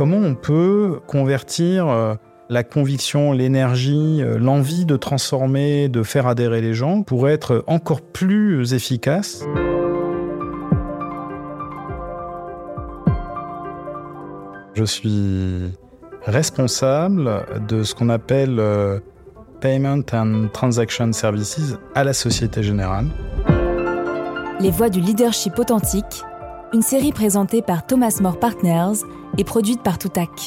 Comment on peut convertir la conviction, l'énergie, l'envie de transformer, de faire adhérer les gens pour être encore plus efficace ? Je suis responsable de ce qu'on appelle Payment and Transaction Services à la Société Générale. Les voix du leadership authentique, une série présentée par Thomas More Partners et produite par Toutac.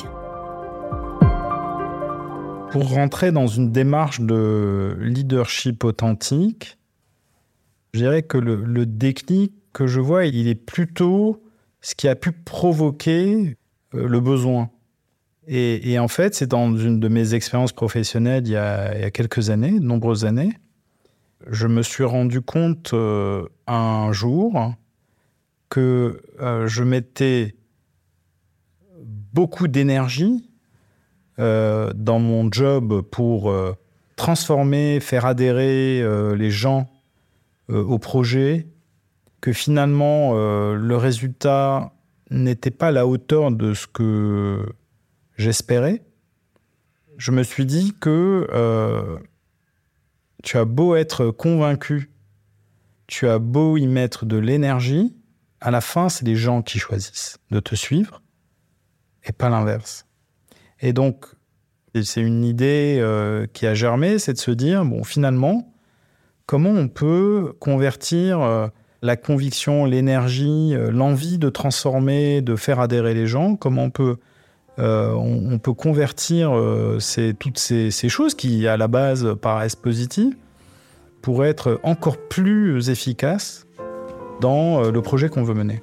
Pour rentrer dans une démarche de leadership authentique, je dirais que le déclic que je vois, il est plutôt ce qui a pu provoquer le besoin. Et en fait, c'est dans une de mes expériences professionnelles il y a quelques années, de nombreuses années, je me suis rendu compte un jour que je mettais beaucoup d'énergie dans mon job pour transformer, faire adhérer les gens au projet, que finalement le résultat n'était pas à la hauteur de ce que j'espérais. Je me suis dit que tu as beau être convaincu, tu as beau y mettre de l'énergie, à la fin, c'est les gens qui choisissent de te suivre et pas l'inverse. Et donc, c'est une idée qui a germé, c'est de se dire, bon, finalement, comment on peut convertir la conviction, l'énergie, l'envie de transformer, de faire adhérer les gens, comment on peut convertir toutes ces choses qui, à la base, paraissent positives pour être encore plus efficaces dans le projet qu'on veut mener.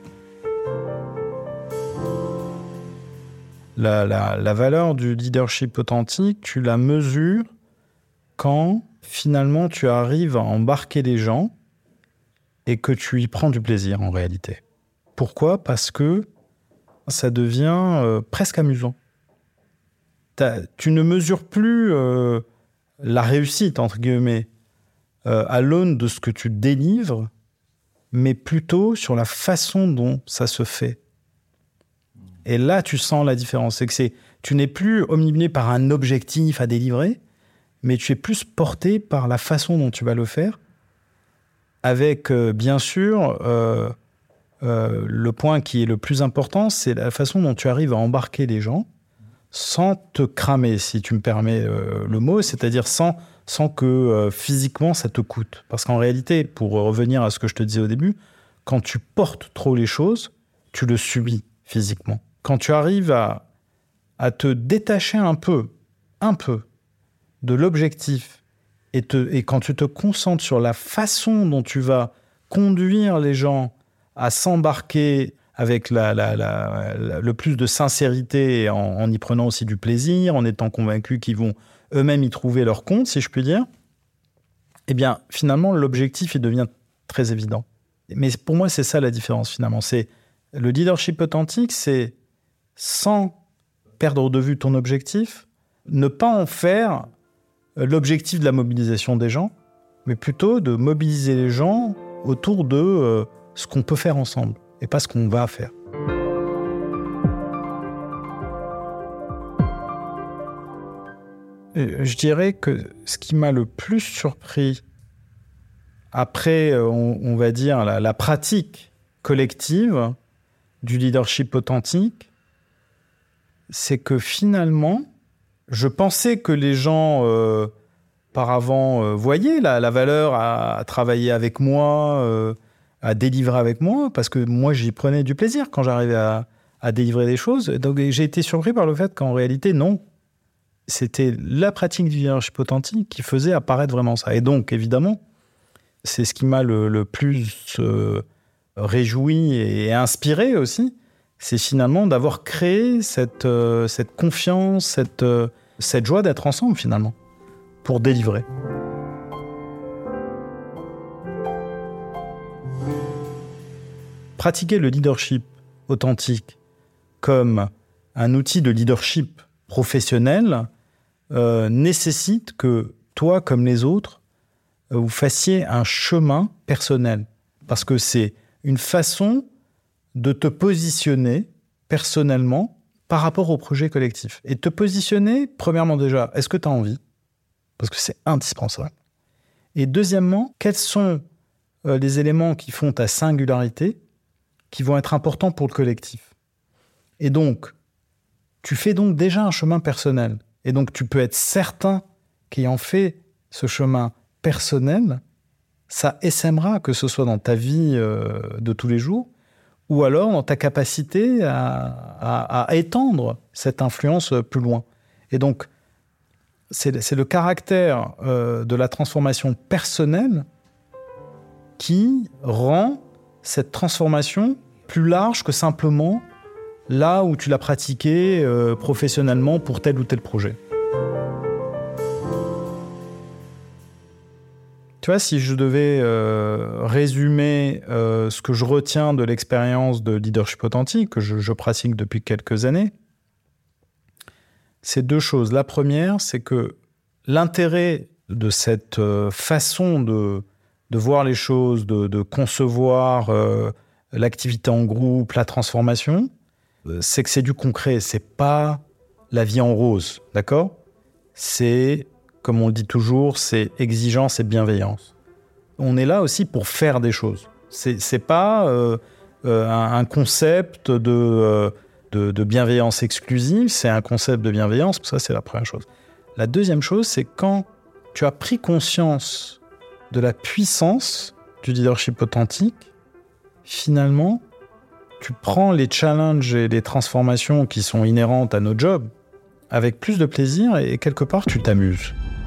La valeur du leadership authentique, tu la mesures quand, finalement, tu arrives à embarquer les gens et que tu y prends du plaisir, en réalité. Pourquoi ? Parce que ça devient presque amusant. Tu ne mesures plus la réussite, entre guillemets, à l'aune de ce que tu délivres, mais plutôt sur la façon dont ça se fait. Et là, tu sens la différence. C'est que tu n'es plus omnibulé par un objectif à délivrer, mais tu es plus porté par la façon dont tu vas le faire, avec, bien sûr, le point qui est le plus important, c'est la façon dont tu arrives à embarquer les gens sans te cramer, si tu me permets le mot, c'est-à-dire sans que physiquement ça te coûte. Parce qu'en réalité, pour revenir à ce que je te disais au début, quand tu portes trop les choses, tu le subis physiquement. Quand tu arrives à te détacher un peu de l'objectif et quand tu te concentres sur la façon dont tu vas conduire les gens à s'embarquer avec le plus de sincérité, en y prenant aussi du plaisir, en étant convaincus qu'ils vont eux-mêmes y trouver leur compte, si je puis dire, eh bien, finalement, l'objectif, il devient très évident. Mais pour moi, c'est ça la différence, finalement. C'est le leadership authentique, c'est sans perdre de vue ton objectif, ne pas en faire l'objectif de la mobilisation des gens, mais plutôt de mobiliser les gens autour de ce qu'on peut faire ensemble et pas ce qu'on va faire. Et je dirais que ce qui m'a le plus surpris après, on va dire, la pratique collective du leadership authentique, c'est que finalement, je pensais que les gens auparavant voyaient la valeur à travailler avec moi, à délivrer avec moi, parce que moi, j'y prenais du plaisir quand j'arrivais à délivrer des choses. Donc, j'ai été surpris par le fait qu'en réalité, non. C'était la pratique du leadership authentique qui faisait apparaître vraiment ça. Et donc, évidemment, c'est ce qui m'a le plus réjoui et inspiré aussi, c'est finalement d'avoir créé cette confiance, cette joie d'être ensemble, finalement, pour délivrer. Pratiquer le leadership authentique comme un outil de leadership professionnel nécessite que toi, comme les autres, vous fassiez un chemin personnel. Parce que c'est une façon de te positionner personnellement par rapport au projet collectif. Et te positionner, premièrement déjà, est-ce que tu as envie ? Parce que c'est indispensable. Et deuxièmement, quels sont les éléments qui font ta singularité, qui vont être importants pour le collectif ? Et donc, tu fais donc déjà un chemin personnel. Et donc, tu peux être certain qu'ayant fait ce chemin personnel, ça essaimera, que ce soit dans ta vie de tous les jours, ou alors dans ta capacité à étendre cette influence plus loin. Et donc, c'est le caractère de la transformation personnelle qui rend cette transformation plus large que simplement là où tu l'as pratiquée professionnellement pour tel ou tel projet. Tu vois, si je devais résumer ce que je retiens de l'expérience de leadership authentique que je pratique depuis quelques années, c'est 2 choses. La première, c'est que l'intérêt de cette façon de voir les choses, de concevoir l'activité en groupe, la transformation, c'est que c'est du concret. C'est pas la vie en rose, d'accord ? C'est, comme on le dit toujours, c'est exigence et bienveillance. On est là aussi pour faire des choses. C'est pas un concept de bienveillance exclusive, c'est un concept de bienveillance. Ça, c'est la première chose. La deuxième chose, c'est quand tu as pris conscience de la puissance du leadership authentique, finalement, tu prends les challenges et les transformations qui sont inhérentes à nos jobs avec plus de plaisir et quelque part, tu t'amuses.